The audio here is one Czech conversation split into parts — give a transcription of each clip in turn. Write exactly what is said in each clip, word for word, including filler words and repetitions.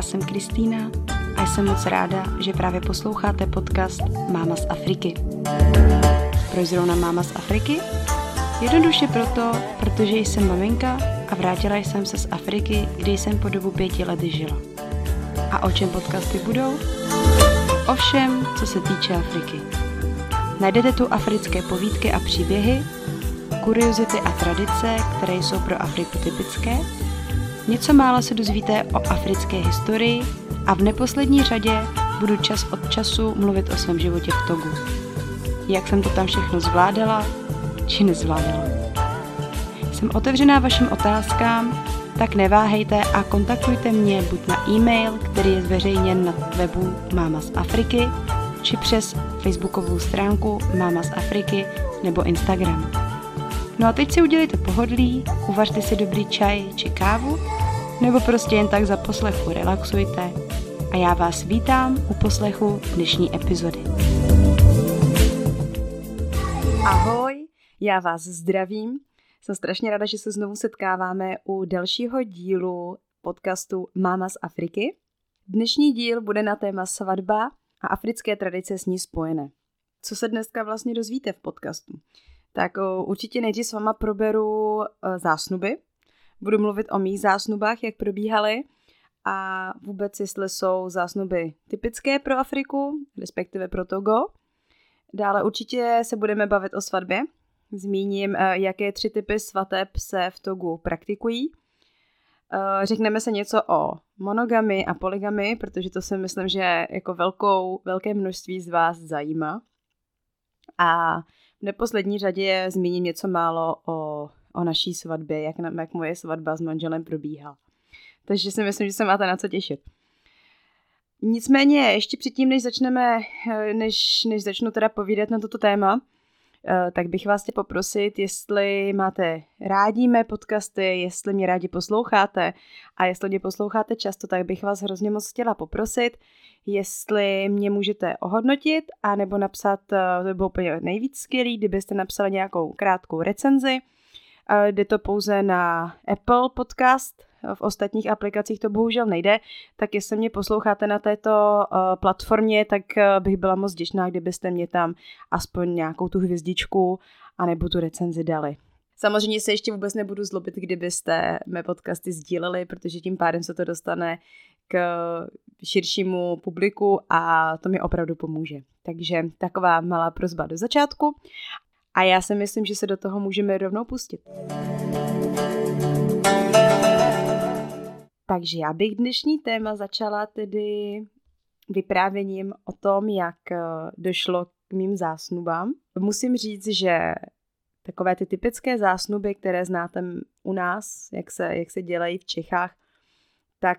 Já jsem Kristýna a jsem moc ráda, že právě posloucháte podcast Máma z Afriky. Proč zrovna Máma z Afriky? Jednoduše proto, protože jsem maminka a vrátila jsem se z Afriky, kde jsem po dobu pěti let žila. A o čem podcasty budou? O všem, co se týče Afriky. Najdete tu africké povídky a příběhy, kuriozity a tradice, které jsou pro Afriku typické. Něco málo se dozvíte o africké historii a v neposlední řadě budu čas od času mluvit o svém životě v Togu. Jak jsem to tam všechno zvládala, či nezvládala. Jsem otevřená vašim otázkám, tak neváhejte a kontaktujte mě buď na e-mail, který je zveřejněn na webu Máma z Afriky, či přes facebookovou stránku Máma z Afriky nebo Instagram. No a teď si udělejte pohodlí, uvařte si dobrý čaj či kávu, nebo prostě jen tak za poslechu relaxujte a já vás vítám u poslechu dnešní epizody. Ahoj, já vás zdravím. Jsem strašně ráda, že se znovu setkáváme u dalšího dílu podcastu Máma z Afriky. Dnešní díl bude na téma svatba a africké tradice s ní spojené. Co se dneska vlastně dozvíte v podcastu? Tak o, určitě nejdřív s váma proberu o, zásnuby. Budu mluvit o mých zásnubách, jak probíhaly a vůbec jestli jsou zásnuby typické pro Afriku, respektive pro Togo. Dále určitě se budeme bavit o svatbě. Zmíním, jaké tři typy svateb se v Togu praktikují. Řekneme se něco o monogamy a polygamy, protože to si myslím, že jako velkou, velké množství z vás zajímá. A v neposlední řadě zmíním něco málo o, o naší svatbě, jak, jak moje svatba s manželem probíhá. Takže si myslím, že se máte na co těšit. Nicméně ještě předtím, než začneme, než, než začnu teda povídat na toto téma, tak bych vás chtěla poprosit, jestli máte rádi mé podcasty, jestli mě rádi posloucháte a jestli mě posloucháte často, tak bych vás hrozně moc chtěla poprosit, jestli mě můžete ohodnotit a nebo napsat, to by bylo úplně nejvíc skvělý, kdybyste napsali nějakou krátkou recenzi. Jde to pouze na Apple Podcast, v ostatních aplikacích to bohužel nejde, tak jestli mě posloucháte na této uh, platformě, tak uh, bych byla moc vděčná, kdybyste mě tam aspoň nějakou tu hvězdičku anebo tu recenzi dali. Samozřejmě se ještě vůbec nebudu zlobit, kdybyste mé podcasty sdíleli, protože tím pádem se to dostane k širšímu publiku a to mi opravdu pomůže. Takže taková malá prosba do začátku a já si myslím, že se do toho můžeme rovnou pustit. Takže já bych dnešní téma začala tedy vyprávěním o tom, jak došlo k mým zásnubám. Musím říct, že takové ty typické zásnuby, které znáte u nás, jak se, jak se dělají v Čechách, tak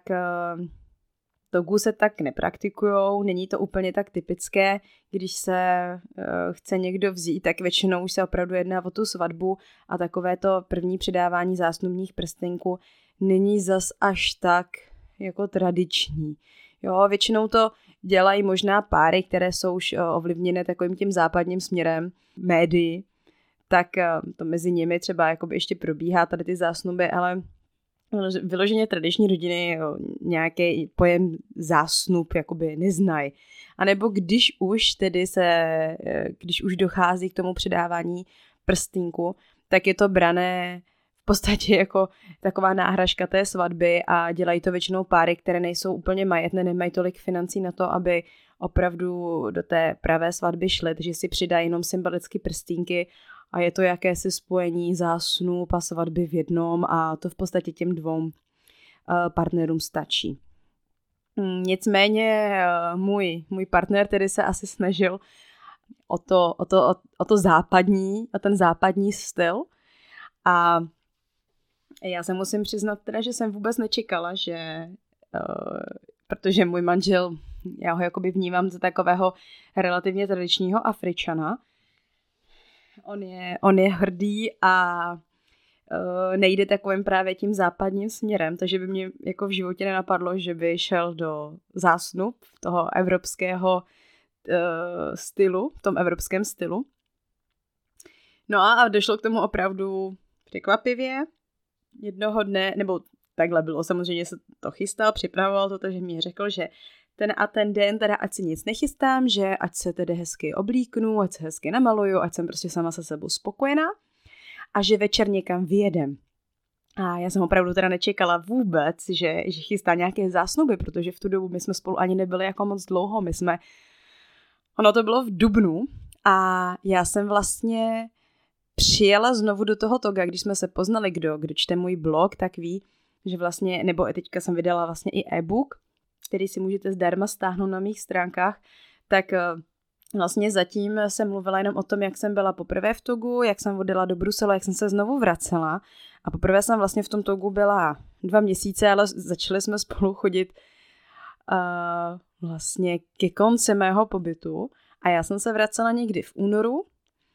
Togu se tak nepraktikujou, není to úplně tak typické, když se chce někdo vzít, tak většinou už se opravdu jedná o tu svatbu a takové to první předávání zásnubních prstenků není zas až tak jako tradiční. Jo, většinou to dělají možná páry, které jsou už ovlivněné takovým tím západním směrem médií, tak to mezi nimi třeba jakoby ještě probíhá tady ty zásnuby, ale vyloženě tradiční rodiny jo, nějaký pojem zásnub jakoby neznají. A nebo když už tedy se, když už dochází k tomu předávání prstínku, tak je to brané v podstatě jako taková náhražka té svatby a dělají to většinou páry, které nejsou úplně majetné, nemají tolik financí na to, aby opravdu do té pravé svatby šly, takže si přidají jenom symbolicky prstínky a je to jakési spojení zásnub a svatby v jednom a to v podstatě těm dvou partnerům stačí. Nicméně můj, můj partner tedy se asi snažil o to, o to, o, o to západní, o ten západní styl a já se musím přiznat teda, že jsem vůbec nečekala, že uh, protože můj manžel, já ho jakoby vnímám za takového relativně tradičního Afričana. On je, on je hrdý a uh, nejde takovým právě tím západním směrem, takže by mě jako v životě nenapadlo, že by šel do zásnub toho evropského uh, stylu, v tom evropském stylu. No a došlo k tomu opravdu překvapivě. Jednoho dne, nebo takhle bylo. Samozřejmě se to chystal, připravoval to, takže mi řekl, že ten a ten den teda ať si nic nechystám, že ať se tedy hezky oblíknu, ať se hezky namaluju, ať jsem prostě sama se sebou spokojená a že večer někam vyjedem. A já jsem opravdu teda nečekala vůbec, že, že chystá nějaké zásnuby, protože v tu dobu my jsme spolu ani nebyli jako moc dlouho, my jsme, ono to bylo v dubnu a já jsem vlastně přijela znovu do toho Toga, když jsme se poznali, kdo, kdo čte můj blog, tak ví, že vlastně, nebo teďka jsem vydala vlastně i e-book, který si můžete zdarma stáhnout na mých stránkách, tak vlastně zatím jsem mluvila jenom o tom, jak jsem byla poprvé v Togu, jak jsem odjela do Bruselu, jak jsem se znovu vracela. A poprvé jsem vlastně v tom Togu byla dva měsíce, ale začali jsme spolu chodit uh, vlastně ke konci mého pobytu. A já jsem se vracela někdy v únoru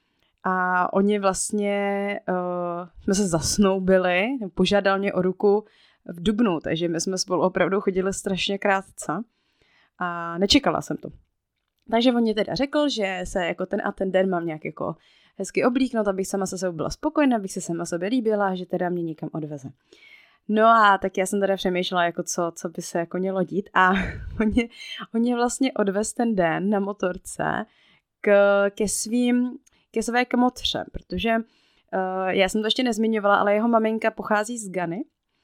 a oni vlastně uh, jsme se zasnoubili, požádal mě o ruku v dubnu, takže my jsme spolu opravdu chodili strašně krátce a nečekala jsem to. Takže on mě teda řekl, že se jako ten a ten den mám nějak jako hezky oblíknout, abych sama se sebou byla spokojená, abych se sama sobě líbila, že teda mě někam odveze. No a tak já jsem teda přemýšlela, jako co, co by se jako mělo dít a on mě, on mě vlastně odvez ten den na motorce k, ke svým, ke své kmotře, protože uh, já jsem to ještě nezmiňovala, ale jeho maminka pochází z Ghany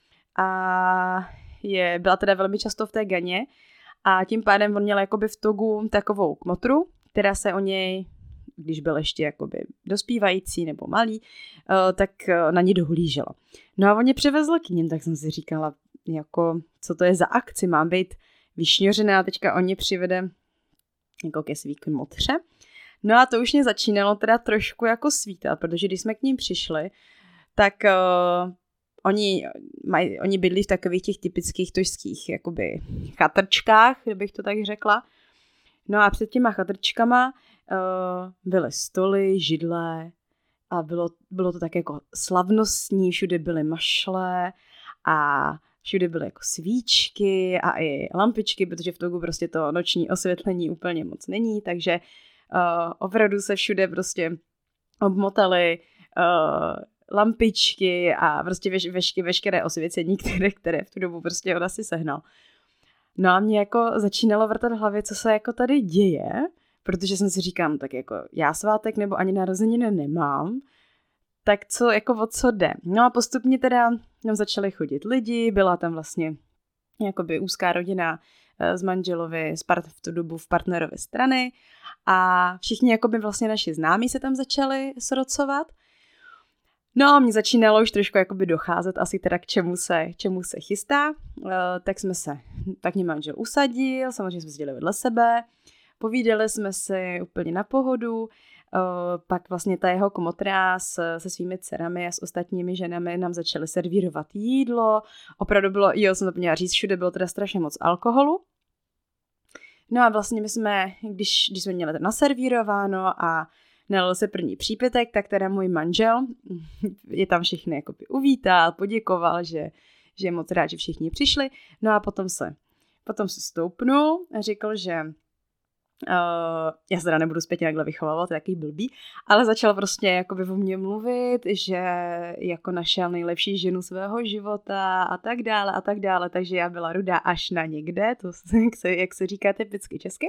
a je, byla teda velmi často v té Ghaně a tím pádem on měl jakoby v Togu takovou kmotru, která se o něj, když byl ještě jakoby dospívající nebo malý, tak na ní dohlížela. No a on mě přivezl k ním, tak jsem si říkala, jako, co to je za akci, mám být vyšňořená, teďka on mě přivede jako ke svý kmotře. No a to už mě začínalo teda trošku jako svítat, protože když jsme k ním přišli, tak uh, oni, maj, oni bydlí v takových těch typických tožských jakoby chatrčkách, kdybych to tak řekla. No a před těma chatrčkama uh, byly stoly, židle a bylo, bylo to tak jako slavnostní, všude byly mašle a všude byly jako svíčky a i lampičky, protože v Togu prostě to noční osvětlení úplně moc není, takže uh, opravdu se všude prostě obmotaly uh, lampičky a prostě veš, veš, veškeré osvěcení, které, které v tu dobu prostě on asi sehnal. No a mě jako začínalo vrtat v hlavě, co se jako tady děje, protože jsem si říkám, tak jako já svátek nebo ani narozeniny nemám, tak co, jako o co jde. No a postupně teda tam začali chodit lidi, byla tam vlastně jakoby úzká rodina z manželovi, z part, v tu dobu v partnerově strany a všichni jakoby vlastně naši známí se tam začali srocovat. No a mě začínalo už trošku jakoby docházet asi teda k čemu se, k čemu se chystá, uh, tak jsme se, tak mě manžel usadil, samozřejmě jsme seděli vedle sebe, povídali jsme si úplně na pohodu, uh, pak vlastně ta jeho komotra s, se svými dcerami a s ostatními ženami nám začaly servírovat jídlo, opravdu bylo, jo, jsem to měla říct, všude bylo teda strašně moc alkoholu. No a vlastně my jsme, když, když jsme měli to naservírováno a nalil se první přípitek, tak teda můj manžel je tam všechny jakoby uvítal, poděkoval, že, že je moc rád, že všichni přišli. No a potom se, potom se stoupnul a řekl, že uh, já se teda nebudu zpětně takhle vychovávat, to je takový blbý, ale začal prostě jakoby o mně mluvit, že jako našel nejlepší ženu svého života a tak dále a tak dále, takže já byla rudá až na někde, to jak se, jak se říká typicky česky.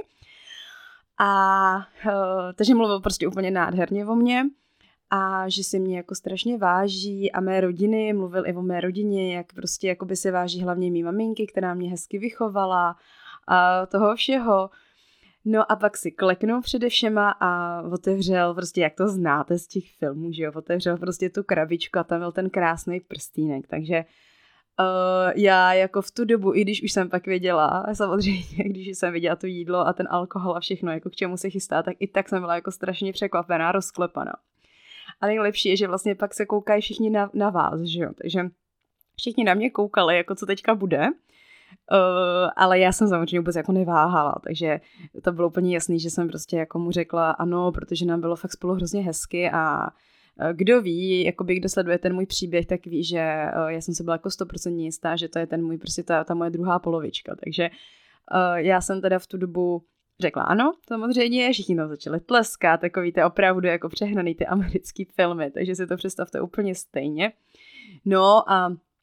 A uh, takže mluvil prostě úplně nádherně o mně a že si mě jako strašně váží a mé rodiny, mluvil i o mé rodině, jak prostě jakoby se váží hlavně mý maminky, která mě hezky vychovala a toho všeho. No a pak si kleknul přede všema a otevřel prostě, jak to znáte z těch filmů, že jo, otevřel prostě tu krabičku a tam byl ten krásný prstýnek, takže Uh, já jako v tu dobu, i když už jsem pak věděla, samozřejmě, když jsem viděla to jídlo a ten alkohol a všechno, jako k čemu se chystá, tak i tak jsem byla jako strašně překvapená, rozklepaná. A nejlepší je, že vlastně pak se koukají všichni na, na vás, že jo, takže všichni na mě koukali, jako co teďka bude, uh, ale já jsem samozřejmě vůbec jako neváhala, takže to bylo úplně jasný, že jsem prostě jako mu řekla ano, protože nám bylo fakt spolu hrozně hezky a kdo ví, jakoby kdo sleduje ten můj příběh, tak ví, že uh, já jsem se byla jako sto procent jistá, že to je ten můj, prostě ta, ta moje druhá polovička, takže uh, já jsem teda v tu dobu řekla ano, samozřejmě, všichni tam začali tleskat, takový ty opravdu jako přehnaný ty americký filmy, takže si to představte úplně stejně. No a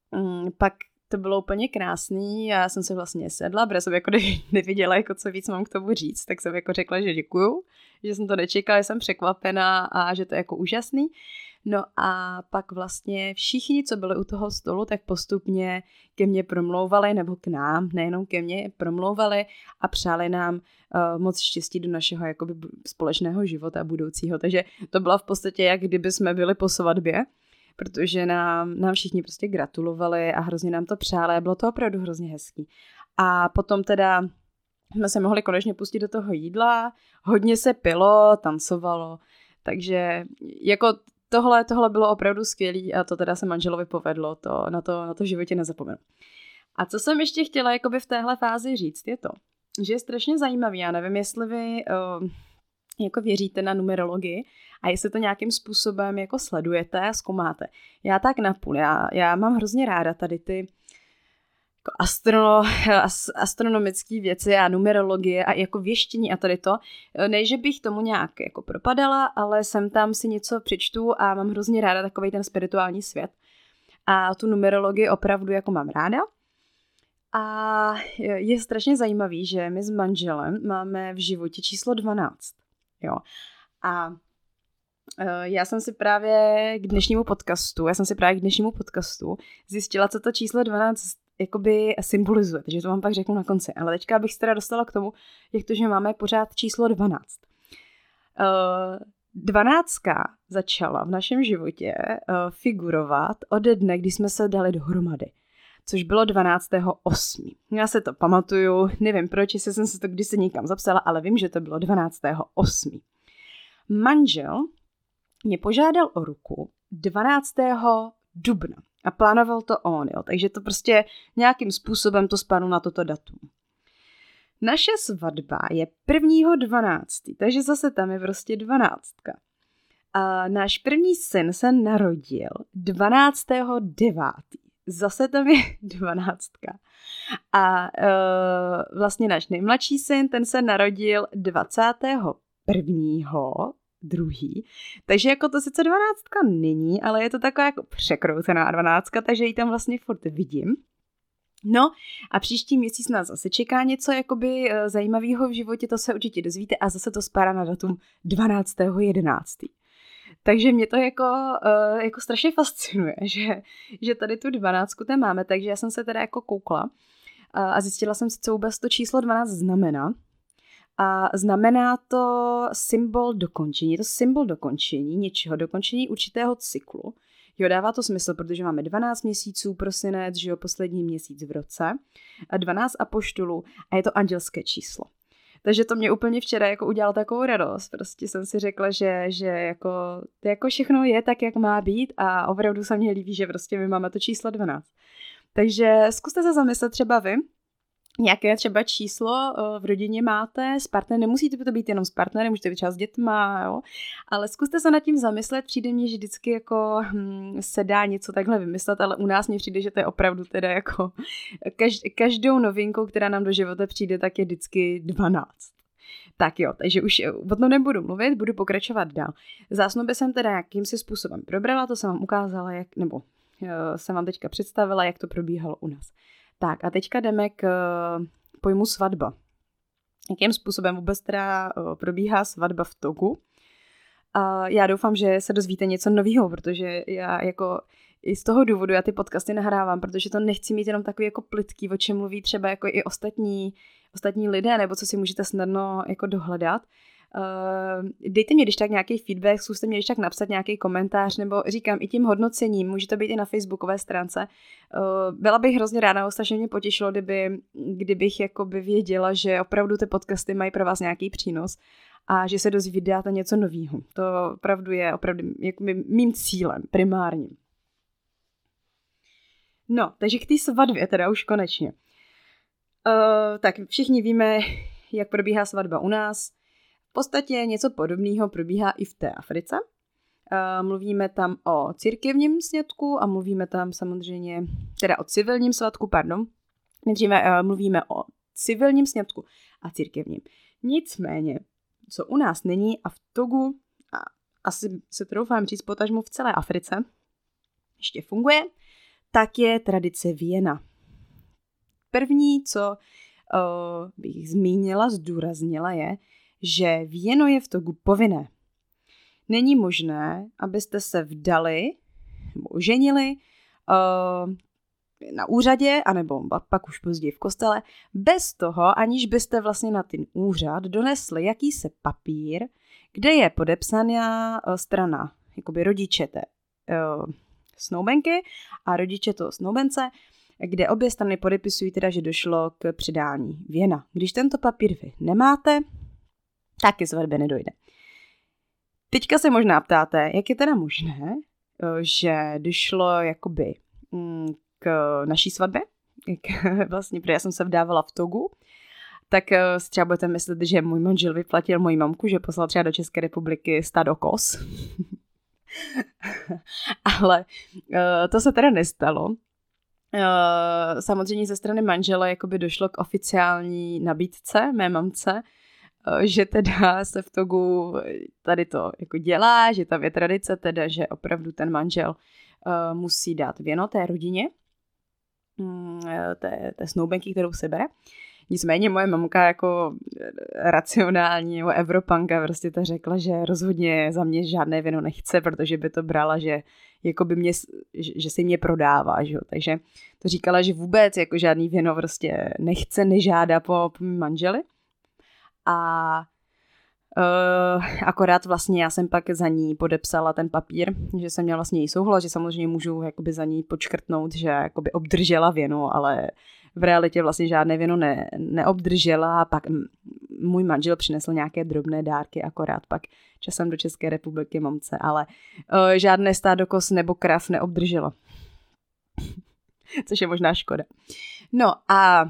mm, pak to bylo úplně krásný, já jsem se vlastně sedla, protože jsem jako neviděla, jako co víc mám k tomu říct, tak jsem jako řekla, že děkuju, že jsem to nečekala, že jsem překvapená a že to je jako úžasný. No a pak vlastně všichni, co byli u toho stolu, tak postupně ke mně promlouvali, nebo k nám, nejenom ke mně, promlouvali a přáli nám uh, moc štěstí do našeho jakoby společného života budoucího. Takže to bylo v podstatě, jak kdyby jsme byli po svatbě, protože nám, nám všichni prostě gratulovali a hrozně nám to přáli a bylo to opravdu hrozně hezký. A potom teda jsme se mohli konečně pustit do toho jídla, hodně se pilo, tancovalo, takže jako tohle, tohle bylo opravdu skvělý a to teda se manželovi povedlo, to, na, to, na to v životě nezapomenu. A co jsem ještě chtěla jakoby v téhle fázi říct, je to, že je strašně zajímavý, já nevím, jestli vy uh, jako věříte na numerologii a jestli to nějakým způsobem jako sledujete a zkoumáte. Já tak napůl, já, já mám hrozně ráda tady ty jako astrono, astronomické věci a numerologie a jako věštění a tady to. Ne, že bych tomu nějak jako propadala, ale sem tam si něco přečtu a mám hrozně ráda takovej ten spirituální svět. A tu numerologii opravdu jako mám ráda. A je strašně zajímavý, že my s manželem máme v životě číslo dvanáct. Jo. A já jsem si právě k dnešnímu podcastu, já jsem si právě k dnešnímu podcastu zjistila, co to číslo dvanáct jakoby symbolizuje, takže to vám pak řeknu na konci. Ale teďka bych se teda dostala k tomu, jak to, že máme pořád číslo dvanáct. Dvanáctka začala v našem životě figurovat ode dne, kdy jsme se dali dohromady, což bylo dvanáctého osmého Já se to pamatuju, nevím proč, jestli jsem se to kdysi někam zapsala, ale vím, že to bylo dvanáctého osmého Manžel mě požádal o ruku dvanáctého dubna a plánoval to on, jo, takže to prostě nějakým způsobem to spadlo na toto datum. Naše svatba je prvního dvanáctého takže zase tam je prostě dvanáctka. A náš první syn se narodil dvanáctého devátého Zase tam je dvanáctka. A uh, vlastně náš nejmladší syn, ten se narodil dvacátého prvního druhý Takže jako to sice dvanáctka není, ale je to taková jako překroucená dvanáctka, takže ji tam vlastně furt vidím. No a příští měsíc nás zase čeká něco jakoby zajímavého v životě, to se určitě dozvíte a zase to spadá na datum dvanáctého jedenáctého Takže mě to jako, uh, jako strašně fascinuje, že, že tady tu dvanáctku tam máme, takže já jsem se teda jako koukla uh, a zjistila jsem si, co vůbec to číslo dvanáct znamená. A znamená to symbol dokončení. Je to symbol dokončení něčeho, dokončení určitého cyklu. Jo, dává to smysl, protože máme dvanáct měsíců, prosinec, že jo, poslední měsíc v roce, a dvanáct apoštolů a je to andělské číslo. Takže to mě úplně včera jako udělalo takovou radost. Prostě jsem si řekla, že, že jako, to jako všechno je tak, jak má být a opravdu se mně líbí, že prostě my máme to číslo dvanáct. Takže zkuste se zamyslet třeba vy, nějaké třeba číslo v rodině máte s partnerem, nemusíte to být jenom s partnerem, můžete být třeba s dětma, jo? Ale zkuste se nad tím zamyslet, přijde mně, že vždycky jako hm, se dá něco takhle vymyslet, ale u nás mně přijde, že to je opravdu teda jako každ- každou novinkou, která nám do života přijde, tak je vždycky dvanáct. Tak jo, takže už o tom nebudu mluvit, budu pokračovat dál. Zásnuby jsem teda jakýmsi způsobem probrala, to jsem vám ukázala, jak, nebo jo, jsem vám teďka představila, jak to probíhalo u nás. Tak a teďka jdeme k pojmu svatba. Jakým způsobem vůbec teda probíhá svatba v Togu? A já doufám, že se dozvíte něco nového, protože já jako i z toho důvodu já ty podcasty nahrávám, protože to nechci mít jenom takový jako plytký, o čem mluví třeba jako i ostatní, ostatní lidé, nebo co si můžete snadno jako dohledat. Uh, dejte mi když tak nějaký feedback, zkuste mě když tak napsat nějaký komentář, nebo říkám i tím hodnocením, může to být i na facebookové stránce. Uh, byla bych hrozně ráda, strašně mě potěšilo, kdyby, kdybych jakoby věděla, že opravdu ty podcasty mají pro vás nějaký přínos a že se dozvídáte něco nového. To opravdu je opravdu jakoby mým cílem primárním. No, takže k té svatbě teda už konečně. Uh, tak všichni víme, jak probíhá svatba u nás. V podstatě něco podobného probíhá i v té Africe. Uh, mluvíme tam o církevním sňatku a mluvíme tam samozřejmě, teda o civilním svatku, pardon. Nejdříve uh, mluvíme o civilním sňatku a církevním. Nicméně, co u nás není a v Togu, a asi se troufám říct potažmo v celé Africe, ještě funguje, tak je tradice věna. První, co uh, bych zmínila, zdůraznila je, že věno je v Togu povinné. Není možné, abyste se vdali nebo oženili uh, na úřadě, anebo pak už později v kostele, bez toho, aniž byste vlastně na ten úřad donesli jakýsi papír, kde je podepsaná uh, strana, jakoby rodiče té uh, snoubenky a rodiče toho snoubence, kde obě strany podepisují teda, že došlo k předání věna. Když tento papír vy nemáte, tak ke svatbě nedojde. Teďka se možná ptáte, jak je teda možné, že došlo jakoby k naší svatbě, vlastně, protože já jsem se vdávala v Togu, tak si třeba budete myslet, že můj manžel vyplatil moji mamku, že poslal třeba do České republiky stádo kos. Ale to se teda nestalo. Samozřejmě ze strany manžela jakoby došlo k oficiální nabídce mé mamce, že teda se v Togu tady to jako dělá, že tam je tradice teda, že opravdu ten manžel uh, musí dát věno té rodině, um, té, té snoubenky, kterou se bere. Nicméně moje mamka jako racionální nebo Evropanka prostě ta řekla, že rozhodně za mě žádné věno nechce, protože by to brala, že jako by mě, že se mě prodává, že jo. Takže to říkala, že vůbec jako žádný věno prostě nechce, nežádá po, po mým manželi. A uh, akorát vlastně já jsem pak za ní podepsala ten papír, že jsem měla vlastně její souhlas, že samozřejmě můžu jakoby za ní počkrtnout, že jakoby obdržela věno, ale v realitě vlastně žádné věno ne, neobdržela a pak můj manžel přinesl nějaké drobné dárky akorát pak časem do České republiky mamce, ale uh, žádné stádo kos nebo krav neobdržela. Což je možná škoda. No a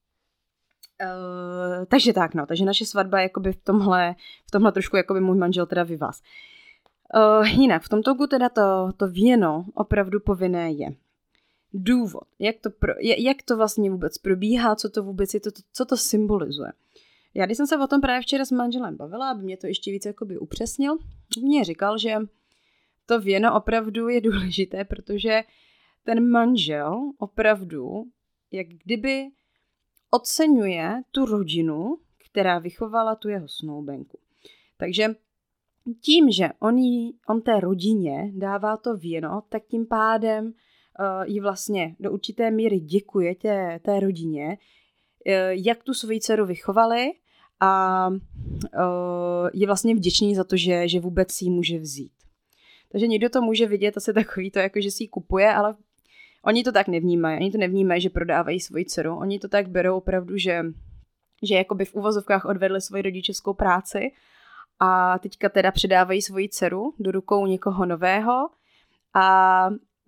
Uh, takže tak, no, takže naše svatba je jakoby v tomhle, v tomhle trošku jakoby můj manžel teda vyvaz. Uh, jinak, v tom Togu teda to, to věno opravdu povinné je. Důvod, jak to, pro, jak to vlastně vůbec probíhá, co to vůbec je, to, to, co to symbolizuje. Já když jsem se o tom právě včera s manželem bavila, aby mě to ještě víc jakoby upřesnil, mě říkal, že to věno opravdu je důležité, protože ten manžel opravdu, jak kdyby oceňuje tu rodinu, která vychovala tu jeho snoubenku. Takže tím, že on, jí, on té rodině dává to věno, tak tím pádem uh, jí vlastně do určité míry děkuje té, té rodině, uh, jak tu svoji dceru vychovali a uh, je vlastně vděčný za to, že, že vůbec si ji může vzít. Takže někdo to může vidět asi takový to, jako že si ji kupuje, ale oni to tak nevnímají, oni to nevnímají, že prodávají svoji dceru, oni to tak berou opravdu, že, že jakoby v uvozovkách odvedli svoji rodičovskou práci a teďka teda předávají svoji dceru do rukou někoho nového a,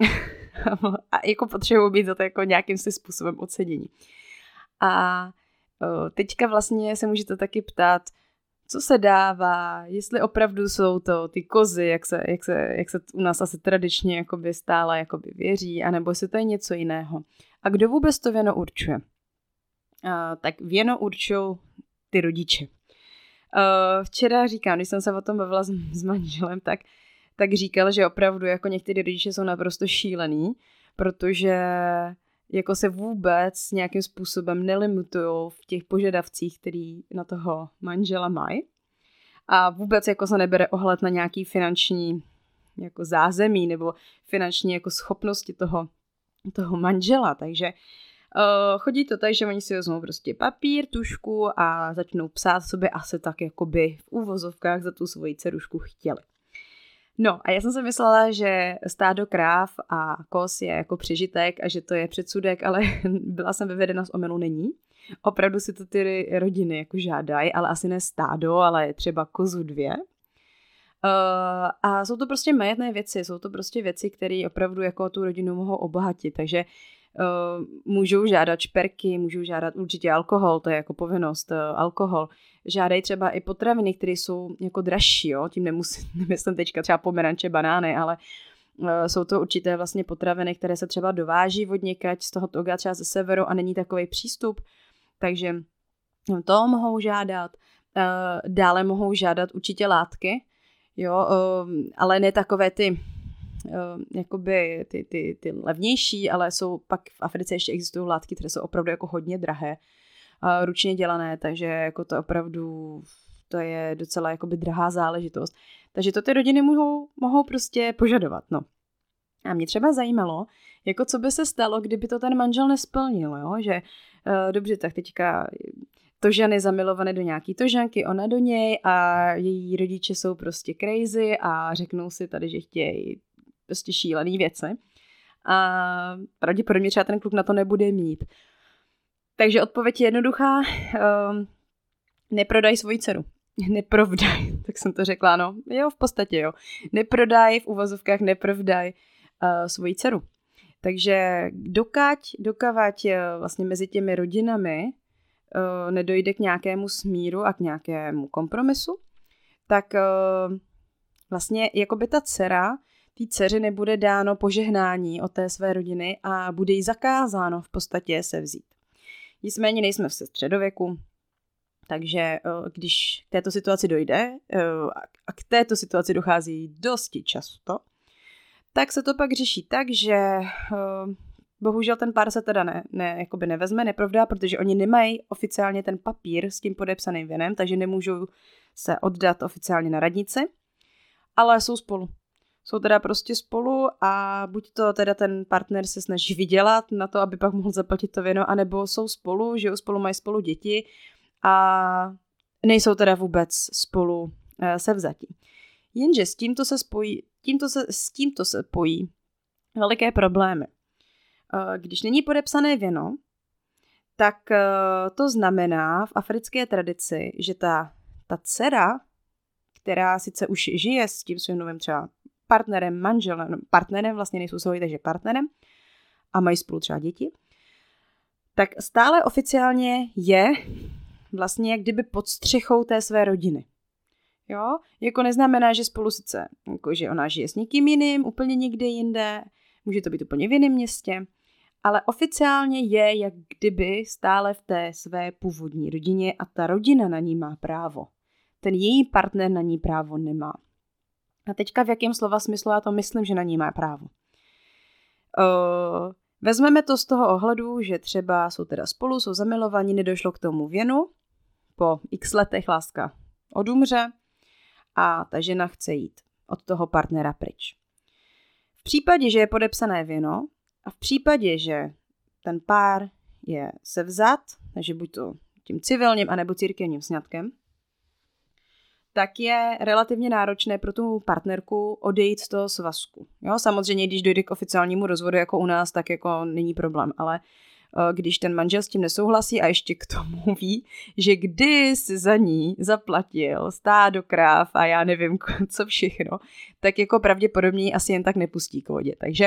a jako potřebují být za to jako nějakým si způsobem ocenění. A teďka vlastně se můžete taky ptát, co se dává, jestli opravdu jsou to ty kozy, jak se, jak se, jak se u nás asi tradičně jakoby stále jakoby věří, anebo jestli to je něco jiného. A kdo vůbec to věno určuje? Uh, tak věno určují ty rodiče. Uh, včera říkám, když jsem se o tom bavila s, s manželem, tak, tak říkal, že opravdu jako někteří rodiče jsou naprosto šílený, protože jako se vůbec nějakým způsobem nelimitují v těch požadavcích, který na toho manžela mají. A vůbec jako se nebere ohled na nějaký finanční jako zázemí nebo finanční jako schopnosti toho, toho manžela. Takže uh, chodí to tak, že oni si vezmou prostě papír, tužku a začnou psát sobě asi tak jakoby v úvozovkách za tu svoji dcerušku chtěli. No a já jsem si myslela, že stádo kráv a kos je jako přežitek a že to je předsudek, ale byla jsem vyvedena z omylu, není. Opravdu si to ty rodiny jako žádají, ale asi ne stádo, ale třeba kozu dvě. Uh, a jsou to prostě majetné věci, jsou to prostě věci, které opravdu jako tu rodinu mohou obohatit, takže uh, můžou žádat šperky, můžou žádat určitě alkohol, to je jako povinnost, uh, alkohol. Žádají třeba i potraviny, které jsou jako dražší, jo? Tím nemusím, nemyslím teďka třeba pomeranče, banány, ale uh, jsou to určité vlastně potraviny, které se třeba dováží od někať z toho Toga, třeba ze severu a není takový přístup, takže to mohou žádat. Uh, dále mohou žádat určitě látky, jo, uh, ale ne takové ty jakoby ty, ty, ty levnější, ale jsou pak v Africe ještě existují látky, které jsou opravdu jako hodně drahé, ručně dělané, takže jako to opravdu to je docela jakoby drahá záležitost. Takže to ty rodiny mohou, mohou prostě požadovat, no. A mě třeba zajímalo, jako co by se stalo, kdyby to ten manžel nesplnil, jo? Že uh, dobře, tak teďka Tožan je zamilovaný do nějaký Tožanky, ona do něj a její rodiče jsou prostě crazy a řeknou si tady, že chtějí prostě šílený věci. A pravděpodobně třeba ten kluk na to nebude mít. Takže odpověď je jednoduchá. Um, neprodaj svoji dceru. Neprovdaj, tak jsem to řekla, no. Jo, v podstatě jo. Neprodaj, v uvozovkách neprovdaj uh, svoji dceru. Takže dokať, dokavať uh, vlastně mezi těmi rodinami uh, nedojde k nějakému smíru a k nějakému kompromisu, tak uh, vlastně jakoby ta dcera, té dceři nebude dáno požehnání od té své rodiny a bude jí zakázáno v podstatě se vzít. Nicméně nejsme v středověku, takže když k této situaci dojde, a k této situaci dochází dosti často, tak se to pak řeší tak, že bohužel ten pár se teda ne, ne, jakoby nevezme, neprovdá, protože oni nemají oficiálně ten papír s tím podepsaným věnem, takže nemůžou se oddat oficiálně na radnici, ale jsou spolu. Jsou teda prostě spolu a buď to teda ten partner se snaží vydělat na to, aby pak mohl zaplatit to věno, anebo jsou spolu, žijou spolu, mají spolu děti a nejsou teda vůbec spolu sevzatí. Jenže s tímto se spojí, tímto se, s tímto se pojí veliké problémy. Když není podepsané věno, tak to znamená v africké tradici, že ta, ta dcera, která sice už žije s tím svým novým třeba partnerem, manželem, partnerem, vlastně nejsou svoji, takže partnerem a mají spolu třeba děti, tak stále oficiálně je vlastně jak kdyby pod střechou té své rodiny. Jo? Jako neznamená, že spolu sice, jako že ona žije s někým jiným, úplně někde jinde, může to být úplně v jiném městě, ale oficiálně je jak kdyby stále v té své původní rodině a ta rodina na ní má právo. Ten její partner na ní právo nemá. A teďka v jakém slova smyslu já to myslím, že na ní má právo. Uh, vezmeme to z toho ohledu, že třeba jsou teda spolu, jsou zamilovaní, nedošlo k tomu věnu, po x letech láska odumře a ta žena chce jít od toho partnera pryč. V případě, že je podepsané věno a v případě, že ten pár je sevzat, takže buď to tím civilním anebo církevním sňatkem, tak je relativně náročné pro tu partnerku odejít z toho svazku. Jo, samozřejmě, když dojde k oficiálnímu rozvodu jako u nás, tak jako není problém, ale když ten manžel s tím nesouhlasí a ještě k tomu ví, že když za ní zaplatil stádo kráv a já nevím co všechno, tak jako pravděpodobně asi jen tak nepustí k vodě. Takže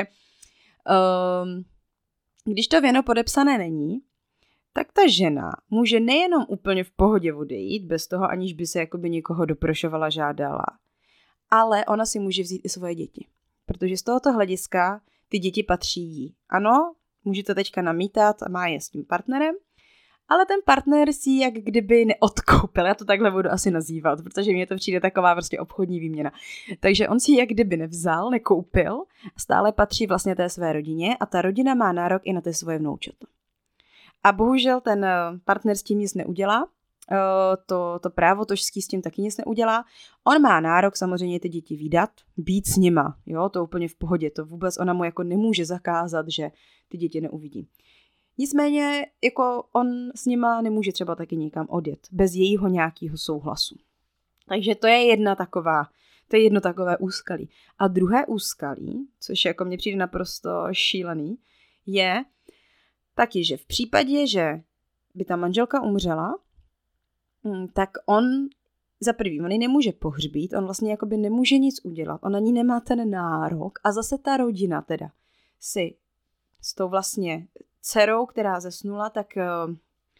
um, když to věno podepsané není, tak ta žena může nejenom úplně v pohodě odejít, bez toho, aniž by se jakoby někoho doprošovala, žádala, ale ona si může vzít i svoje děti. Protože z tohoto hlediska ty děti patří jí. Ano, může to teďka namítat a má je s tím partnerem, ale ten partner si jak kdyby neodkoupil, já to takhle budu asi nazývat, protože mně to přijde taková prostě obchodní výměna. Takže on si jak kdyby nevzal, nekoupil, stále patří vlastně té své rodině a ta rodina má nárok i na té svoje vnoučata. A bohužel ten partner s tím nic neudělá, to, to právo tožský s tím taky nic neudělá. On má nárok samozřejmě ty děti vídat, být s nima, jo, to úplně v pohodě, to vůbec ona mu jako nemůže zakázat, že ty děti neuvidí. Nicméně jako on s nima nemůže třeba taky někam odjet, bez jejího nějakého souhlasu. Takže to je jedna taková, to je jedno takové úskalí. A druhé úskalí, což jako mně přijde naprosto šílený, je taky, že v případě, že by ta manželka umřela, tak on za prvý, on ji nemůže pohřbít, on vlastně jakoby nemůže nic udělat, on na ní nemá ten nárok a zase ta rodina teda si s tou vlastně dcerou, která zesnula, tak uh,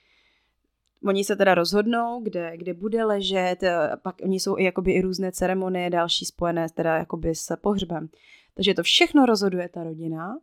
oni se teda rozhodnou, kde, kde bude ležet, uh, pak oni jsou i jakoby i různé ceremonie další spojené teda jakoby s pohřbem. Takže to všechno rozhoduje ta rodina.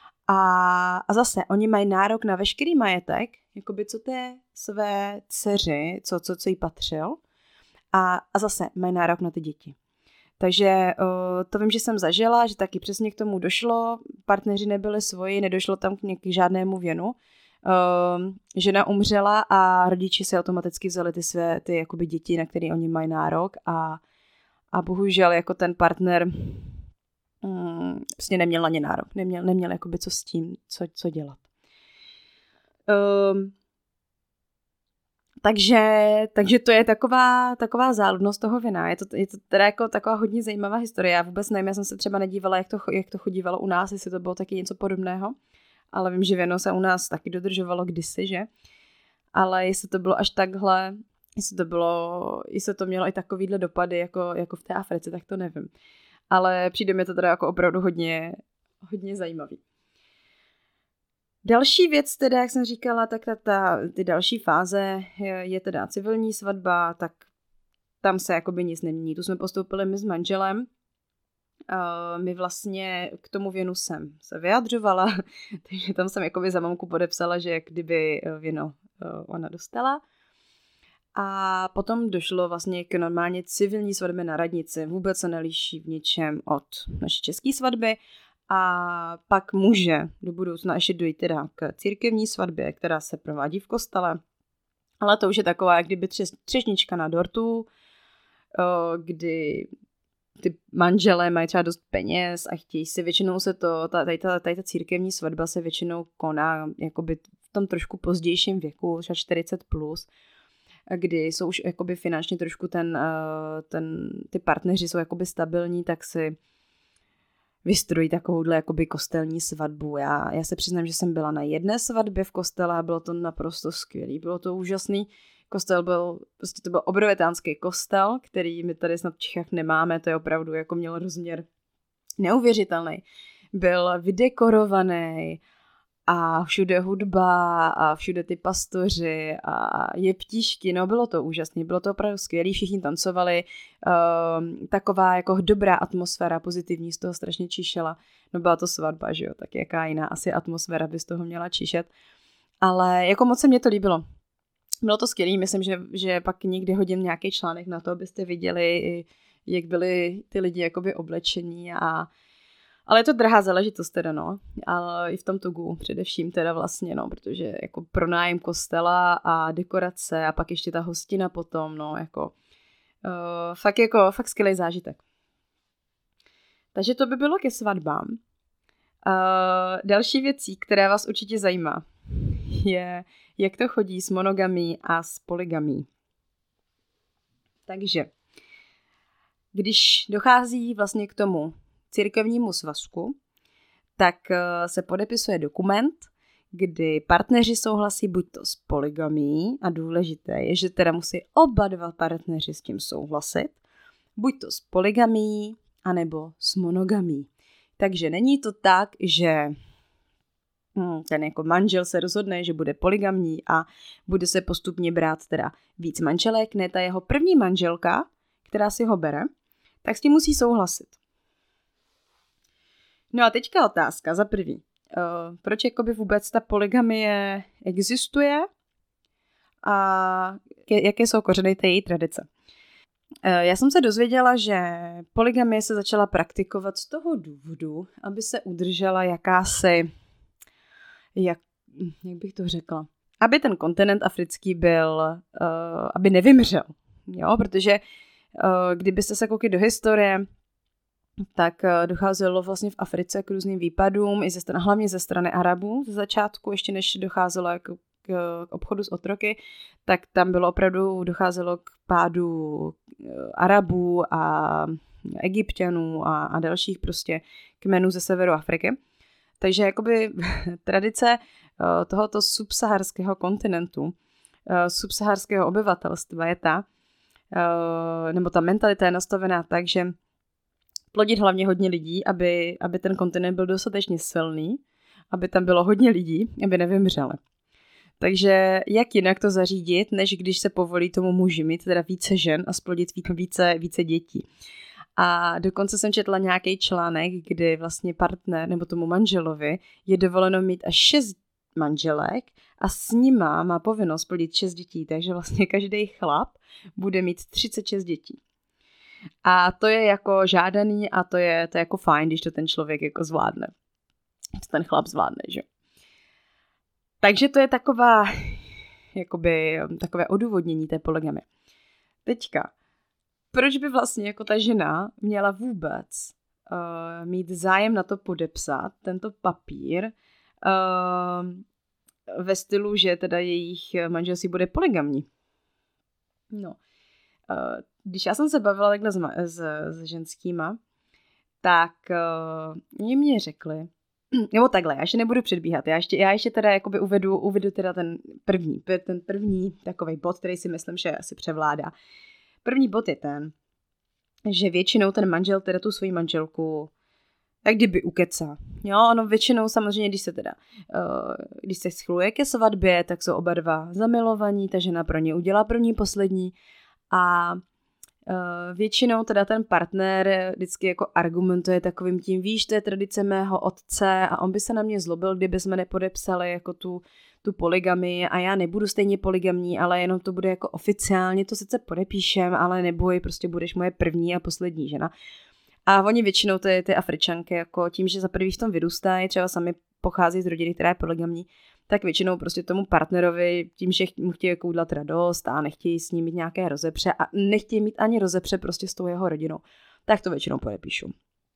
A, a zase, oni mají nárok na veškerý majetek, jakoby co té své dceři, co, co, co jí patřil, a, a zase mají nárok na ty děti. Takže to vím, že jsem zažila, že taky přesně k tomu došlo, partneři nebyli svoji, nedošlo tam k, k žádnému věnu. Žena umřela a rodiči si automaticky vzali ty své ty jakoby děti, na které oni mají nárok a, a bohužel jako ten partner mm, vlastně neměl na ně nárok, neměl, neměl jakoby co s tím, co, co dělat. Um, takže, takže to je taková, taková záludnost toho vina. Je to, je to teda jako taková hodně zajímavá historie. Já vůbec nevím, já jsem se třeba nedívala, jak to, jak to chodívalo u nás, jestli to bylo taky něco podobného. Ale vím, že víno se u nás taky dodržovalo kdysi, že? Ale jestli to bylo až takhle, jestli to bylo, jestli to mělo i takovýhle dopady jako, jako v té Africe, tak to nevím. Ale přijde mi to teda jako opravdu hodně, hodně zajímavý. Další věc teda, jak jsem říkala, tak ta, ta, ty další fáze je, je teda civilní svatba, tak tam se jakoby nic nemění. Tu jsme postoupili my s manželem. Uh, my vlastně k tomu věnu jsem se vyjadřovala, takže tam jsem jakoby za mamku podepsala, že jak kdyby věno uh, ona dostala. A potom došlo vlastně k normálně civilní svatbě na radnici. Vůbec se nelíší v ničem od naší české svatby. A pak může do budoucna ještě dojít teda k církevní svatbě, která se provádí v kostele. Ale to už je taková, jak kdyby třešnička na dortu, kdy ty manželé mají třeba dost peněz a chtějí si, většinou se to, tady ta, tady ta církevní svatba se většinou koná jakoby v tom trošku pozdějším věku, třeba čtyřicet plus, kdy jsou už jakoby finančně trošku ten, ten, ty partneři jsou jakoby stabilní, tak si vystrojí takovouhle jakoby kostelní svatbu. Já, já se přiznám, že jsem byla na jedné svatbě v kostele a bylo to naprosto skvělý, bylo to úžasný. Kostel byl, prostě to byl obrovetánský kostel, který my tady snad v Čechách nemáme, to je opravdu jako měl rozměr neuvěřitelný. Byl vydekorovaný a všude hudba a všude ty pastoři a jeptišky, no bylo to úžasné, bylo to opravdu skvělý, všichni tancovali, um, taková jako dobrá atmosféra, pozitivní, z toho strašně čišela, no byla to svatba, že jo, tak jaká jiná asi atmosféra by z toho měla čišet, ale jako moc se mě to líbilo. Bylo to skvělý, myslím, že, že pak někdy hodím nějaký článek na to, abyste viděli, jak byli ty lidi jakoby oblečení a ale je to drahá záležitost teda, no, ale i v tom Togu především teda vlastně, no, protože jako pronájem kostela a dekorace a pak ještě ta hostina potom, no, jako uh, fakt jako, fakt skvělý zážitek. Takže to by bylo ke svatbám. Uh, další věcí, která vás určitě zajímá, je, jak to chodí s monogamí a s polygamí. Takže, když dochází vlastně k tomu církevnímu svazku, tak se podepisuje dokument, kdy partneři souhlasí buď to s polygamí, a důležité je, že teda musí oba dva partneři s tím souhlasit, buď to s polygamí, anebo s monogamí. Takže není to tak, že ten jako manžel se rozhodne, že bude polygamní a bude se postupně brát teda víc manželek, ne, ta jeho první manželka, která si ho bere, tak s tím musí souhlasit. No a teďka otázka za prvý. Uh, proč jakoby vůbec ta polygamie existuje a jaké jsou kořeny té její tradice? Uh, já jsem se dozvěděla, že polygamie se začala praktikovat z toho důvodu, aby se udržela jakási, jak, jak bych to řekla, aby ten kontinent africký byl, uh, aby nevymřel. Jo, protože uh, kdybyste se koukli do historie, tak docházelo vlastně v Africe k různým výpadům, i ze strany, hlavně ze strany Arabů ze začátku, ještě než docházelo k, k obchodu s otroky, tak tam bylo opravdu, docházelo k pádu Arabů a Egypťanů a, a dalších prostě kmenů ze severu Afriky. Takže jakoby tradice tohoto subsaharského kontinentu, subsaharského obyvatelstva je ta, nebo ta mentalita je nastavená tak, že plodit hlavně hodně lidí, aby, aby ten kontinent byl dostatečně silný, aby tam bylo hodně lidí, aby nevymřeli. Takže jak jinak to zařídit, než když se povolí tomu muži mít teda více žen a splodit více, více dětí. A dokonce jsem četla nějaký článek, kdy vlastně partner nebo tomu manželovi je dovoleno mít až šest manželek a s nima má povinnost plodit šest dětí, takže vlastně každý chlap bude mít třicet šest dětí. A to je jako žádaný a to je, to je jako fajn, když to ten člověk jako zvládne. To ten chlap zvládne, že? Takže to je taková, jakoby, takové odůvodnění té polygamy. Teďka, proč by vlastně jako ta žena měla vůbec uh, mít zájem na to podepsat tento papír uh, ve stylu, že teda jejich manželství bude polygamní? No, uh, když já jsem se bavila takhle s, s, s ženskýma, tak uh, oni mě řekli, nebo takhle, já ještě nebudu předbíhat, já ještě, já ještě teda jakoby uvedu, uvedu teda ten první, ten první takovej bod, který si myslím, že asi převládá. První bod je ten, že většinou ten manžel teda tu svoji manželku tak kdyby ukecá. Jo, ono většinou samozřejmě, když se teda, uh, když se schyluje ke svatbě, tak jsou oba dva zamilovaní, ta žena pro ně udělá pro ní poslední a uh, většinou teda ten partner vždycky jako argumentuje takovým tím, víš, to je tradice mého otce a on by se na mě zlobil, kdyby jsme nepodepsali jako tu, tu polygamii a já nebudu stejně polygamní, ale jenom to bude jako oficiálně, to sice podepíšem, ale neboj, prostě budeš moje první a poslední žena. A oni většinou ty, ty Afričanky, jako tím, že za prvý v tom vyrůstají, třeba sami pochází z rodiny, která je polygamní, tak většinou prostě tomu partnerovi, tím, že mu chtějí jako udělat radost a nechtějí s ním mít nějaké rozepře a nechtějí mít ani rozepře prostě s tou jeho rodinou, tak to většinou podepíšu.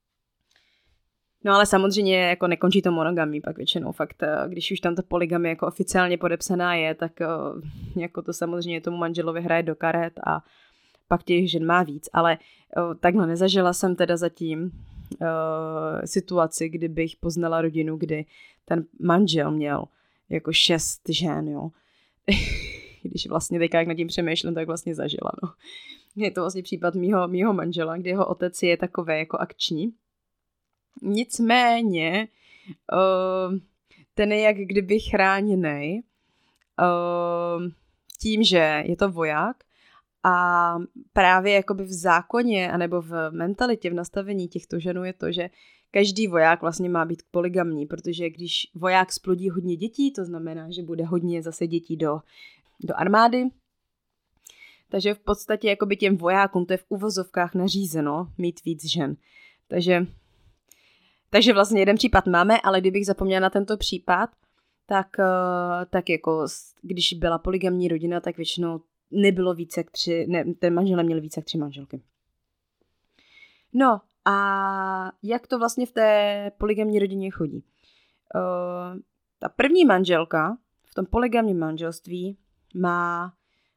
No ale samozřejmě jako nekončí to monogamí, pak většinou fakt, když už tam ta polygamie jako oficiálně podepsaná je, tak jako to samozřejmě tomu manželovi hraje do karet a pak těch žen má víc, ale o, takhle nezažila jsem teda zatím o, situaci, kdy bych poznala rodinu, kdy ten manžel měl jako šest žen, jo. Když vlastně teďka jak nad tím přemýšlím, tak vlastně zažila, no. Je to vlastně případ mýho, mýho manžela, kdy jeho otec je takové jako akční. Nicméně o, ten je jak kdyby chráněnej o, tím, že je to voják, a právě jakoby v zákoně anebo v mentalitě, v nastavení těchto ženů je to, že každý voják vlastně má být polygamní, protože když voják splodí hodně dětí, to znamená, že bude hodně zase dětí do, do armády, takže v podstatě jakoby těm vojákům to je v uvozovkách nařízeno mít víc žen. Takže, takže vlastně jeden případ máme, ale kdybych zapomněla na tento případ, tak, tak jako když byla polygamní rodina, tak většinou nebylo více jak tři, ne, ten manžel neměl více jak tři manželky. No a jak to vlastně v té polygamní rodině chodí? Uh, ta první manželka v tom polygamním manželství má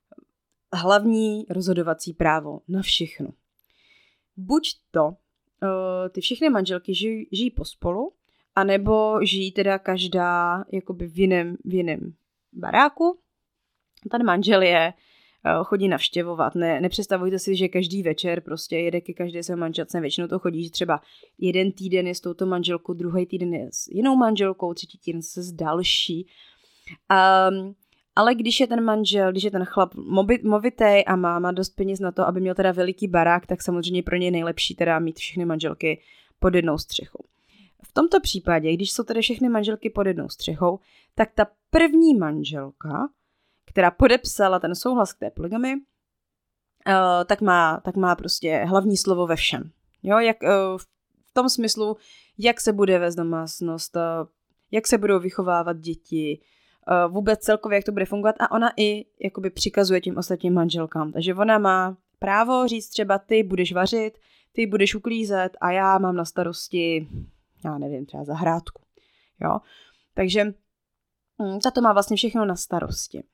hlavní rozhodovací právo na všechno. Buď to uh, ty všechny manželky žijí, žijí pospolu, anebo žijí teda každá jakoby v jiném, v jiném baráku. Ten manžel je chodí navštěvovat. Ne, nepředstavujte si, že každý večer prostě jede ke každé své manželce. Většinou to chodí, že třeba jeden týden je s touto manželkou, druhý týden je s jinou manželkou, třetí týden se s další. Um, ale když je ten manžel, když je ten chlap movitej a má, má dost peněz na to, aby měl teda veliký barák, tak samozřejmě pro něj nejlepší teda mít všechny manželky pod jednou střechou. V tomto případě, když jsou tedy všechny manželky pod jednou střechou, tak ta první manželka, která podepsala ten souhlas k té polygamii, uh, tak, má, tak má prostě hlavní slovo ve všem. Jo, jak, uh, v tom smyslu, jak se bude vést domácnost, uh, jak se budou vychovávat děti, uh, vůbec celkově, jak to bude fungovat a ona i jakoby přikazuje těm ostatním manželkám. Takže ona má právo říct třeba ty budeš vařit, ty budeš uklízet a já mám na starosti, já nevím, třeba zahrádku. Jo, takže um, tato má vlastně všechno na starosti.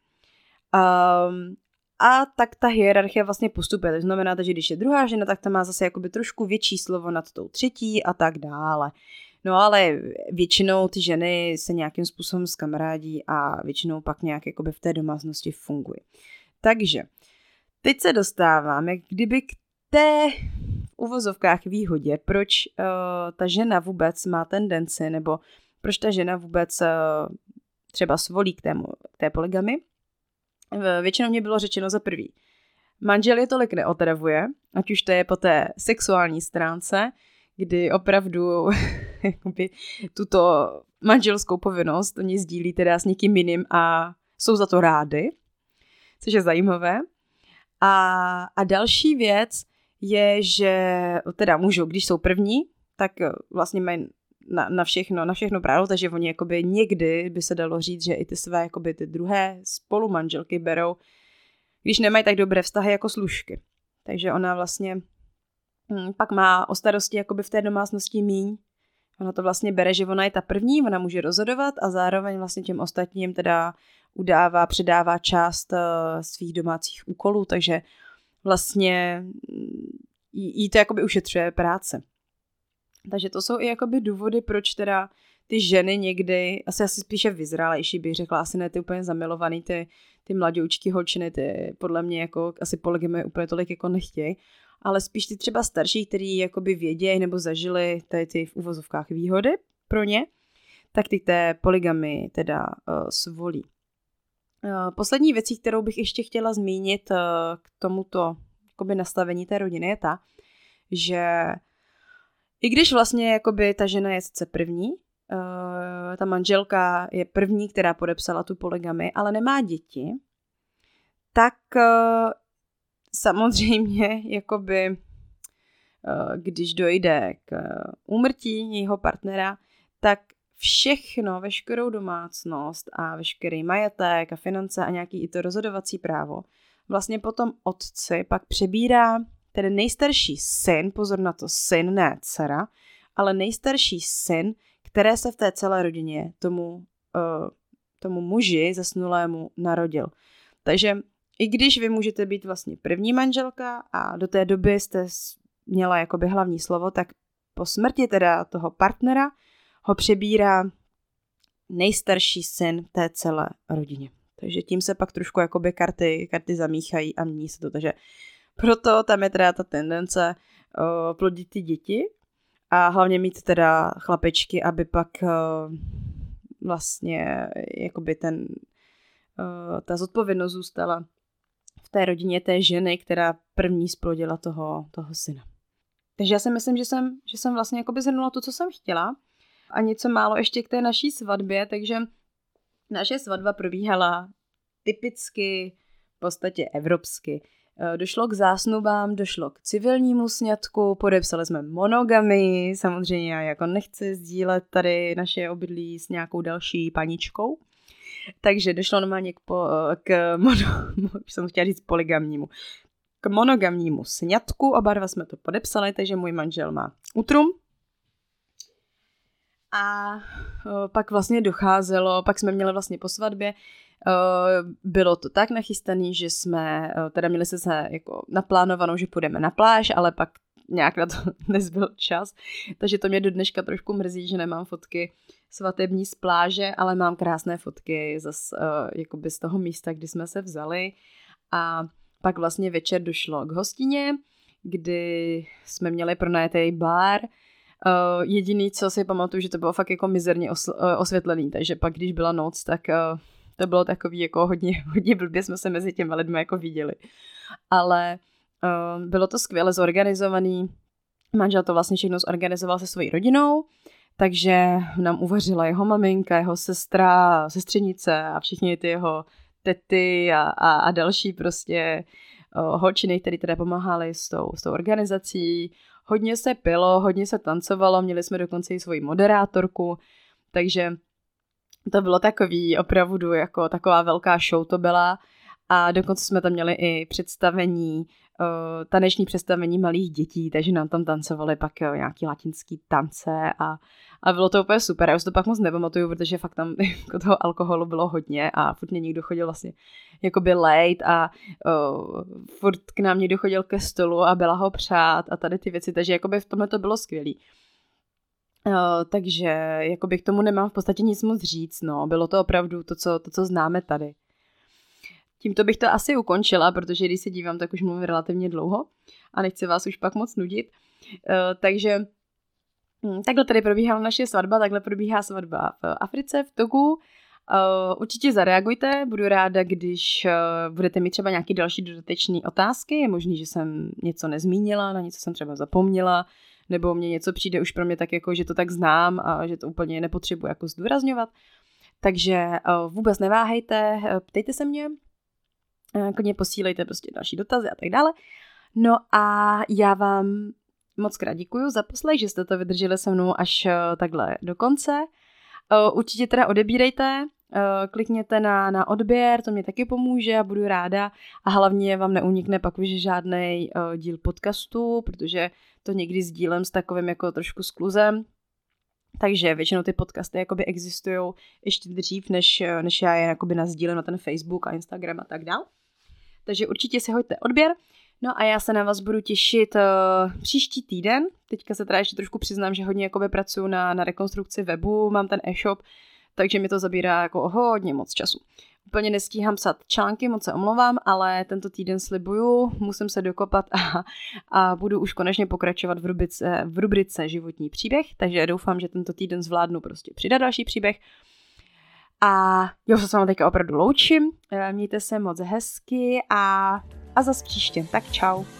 Um, a tak ta hierarchie vlastně postupuje. To znamená, že když je druhá žena, tak ta má zase jakoby trošku větší slovo nad tou třetí a tak dále. No ale většinou ty ženy se nějakým způsobem zkamarádí a většinou pak nějak jakoby v té domácnosti fungují. Takže teď se dostávám, jak kdyby k té v uvozovkách výhodě, proč uh, ta žena vůbec má tendenci, nebo proč ta žena vůbec uh, třeba svolí k, tému, k té polygamy. Většinou mě bylo řečeno za prvý. Manžel je tolik neotravuje, ať už to je po té sexuální stránce, kdy opravdu tuto manželskou povinnost oni sdílí teda s někým jiným a jsou za to rády, což je zajímavé. A, a další věc je, že teda můžou, když jsou první, tak vlastně mají na, na všechno, na všechno právo, takže oni jakoby někdy by se dalo říct, že i ty své jakoby ty druhé spolumanželky berou, když nemají tak dobré vztahy jako služky. Takže ona vlastně hm, pak má o starosti jakoby v té domácnosti míň. Ona to vlastně bere, že ona je ta první, ona může rozhodovat a zároveň vlastně těm ostatním teda udává, předává část uh, svých domácích úkolů, takže vlastně jí, jí to jakoby ušetřuje práce. Takže to jsou i jakoby důvody, proč teda ty ženy někdy, asi asi spíše vyzrálejší bych řekla, asi ne ty úplně zamilovaný, ty, ty mladoučky holčiny, ty podle mě jako asi polygamie úplně tolik jako nechtějí, ale spíš ty třeba starší, který jakoby vědějí nebo zažili tady ty v uvozovkách výhody pro ně, tak ty té polygamy teda uh, svolí. Uh, poslední věcí, kterou bych ještě chtěla zmínit uh, k tomuto jakoby nastavení té rodiny je ta, že i když vlastně jakoby ta žena je sice první, uh, ta manželka je první, která podepsala tu polygamy, ale nemá děti, tak uh, samozřejmě jakoby uh, když dojde k úmrtí jejího partnera, tak všechno, veškerou domácnost a veškerý majetek a finance a nějaký i to rozhodovací právo vlastně potom otci pak přebírá tedy nejstarší syn, pozor na to, syn, ne dcera, ale nejstarší syn, které se v té celé rodině tomu, uh, tomu muži zesnulému narodil. Takže i když vy můžete být vlastně první manželka a do té doby jste měla jakoby hlavní slovo, tak po smrti teda toho partnera ho přebírá nejstarší syn té celé rodině. Takže tím se pak trošku jakoby karty, karty zamíchají a mění se to. Takže proto tam je teda ta tendence uh, plodit ty děti a hlavně mít teda chlapečky, aby pak uh, vlastně jakoby ten, uh, ta zodpovědnost zůstala v té rodině té ženy, která první splodila toho, toho syna. Takže já si myslím, že jsem, že jsem vlastně jakoby zhrnula to, co jsem chtěla a něco málo ještě k té naší svatbě, takže naše svatba probíhala typicky, v podstatě evropsky. Došlo k zásnubám, došlo k civilnímu sňatku, podepsali jsme monogamy, samozřejmě já jako nechci sdílet tady naše obydlí s nějakou další paničkou, takže došlo normálně k, po, k mono, jsem chtěla říct polygamnímu, k monogamnímu sňatku, oba dva jsme to podepsali, takže můj manžel má útrum. A pak vlastně docházelo, pak jsme měli vlastně po svatbě, bylo to tak nachystané, že jsme teda měli se jako naplánovanou, že půjdeme na pláž, ale pak nějak na to nezbyl čas, takže to mě do dneška trošku mrzí, že nemám fotky svatební z pláže, ale mám krásné fotky zase jakoby z toho místa, kdy jsme se vzali a pak vlastně večer došlo k hostině, kdy jsme měli pronajetý bar. Uh, jediný, co si pamatuju, že to bylo fakt jako mizerně osl- uh, osvětlený, takže pak, když byla noc, tak uh, to bylo takový jako hodně, hodně blbě jsme se mezi těmi lidmi jako viděli. Ale uh, bylo to skvěle zorganizovaný, manžel to vlastně všechno zorganizoval se svojí rodinou, takže nám uvařila jeho maminka, jeho sestra, sestřenice a všichni ty jeho tety a, a, a další prostě uh, holčiny, které teda pomáhali s tou, s tou organizací. Hodně se pilo, hodně se tancovalo, měli jsme dokonce i svoji moderátorku, takže to bylo takový opravdu jako taková velká show to byla a dokonce jsme tam měli i představení, uh, taneční představení malých dětí, takže nám tam tancovali pak uh, nějaký latinský tance a, a bylo to úplně super. Já už to pak moc nepamatuju, protože fakt tam jako toho alkoholu bylo hodně a furt mě někdo chodil vlastně jakoby late a uh, furt k nám někdo chodil ke stolu a byla ho přát a tady ty věci, takže jakoby v tomhle to bylo skvělý. Uh, takže jakoby k tomu nemám v podstatě nic moc říct, no, bylo to opravdu to, co, to, co známe tady. Tímto bych to asi ukončila, protože když se dívám, tak už mluvím relativně dlouho a nechci vás už pak moc nudit. Uh, takže hm, takhle tady probíhala naše svatba, takhle probíhá svatba v Africe, v Togu. Uh, určitě zareagujte, budu ráda, když uh, budete mít třeba nějaké další dodatečné otázky, je možný, že jsem něco nezmínila, na něco jsem třeba zapomněla, nebo mě něco přijde už pro mě tak jako, že to tak znám a že to úplně nepotřebuji jako zdůrazňovat. Takže uh, vůbec neváhejte, ptejte se mě, uh, klidně posílejte prostě další dotazy a tak dále. No a já vám moc krát děkuju za poslech, že jste to vydrželi se mnou až takhle do konce. Určitě teda odebírejte, klikněte na, na odběr, to mě taky pomůže a budu ráda. A hlavně vám neunikne pak už žádnej díl podcastu, protože to někdy sdílem s takovým jako trošku skluzem. Takže většinou ty podcasty jakoby existují ještě dřív, než, než já je jakoby nasdílím na ten Facebook a Instagram a tak dál. Takže určitě si hoďte odběr. No a já se na vás budu těšit uh, příští týden. Teďka se teda ještě trošku přiznám, že hodně jakoby pracuji na, na rekonstrukci webu, mám ten e-shop, takže mi to zabírá jako hodně moc času. Úplně nestíhám psát články, moc se omlouvám, ale tento týden slibuju, musím se dokopat a, a budu už konečně pokračovat v rubrice, v rubrice životní příběh, takže doufám, že tento týden zvládnu prostě přidat další příběh. A jo, se s vámi teďka opravdu loučím, mějte se moc hezky a, a zas příště, tak čau.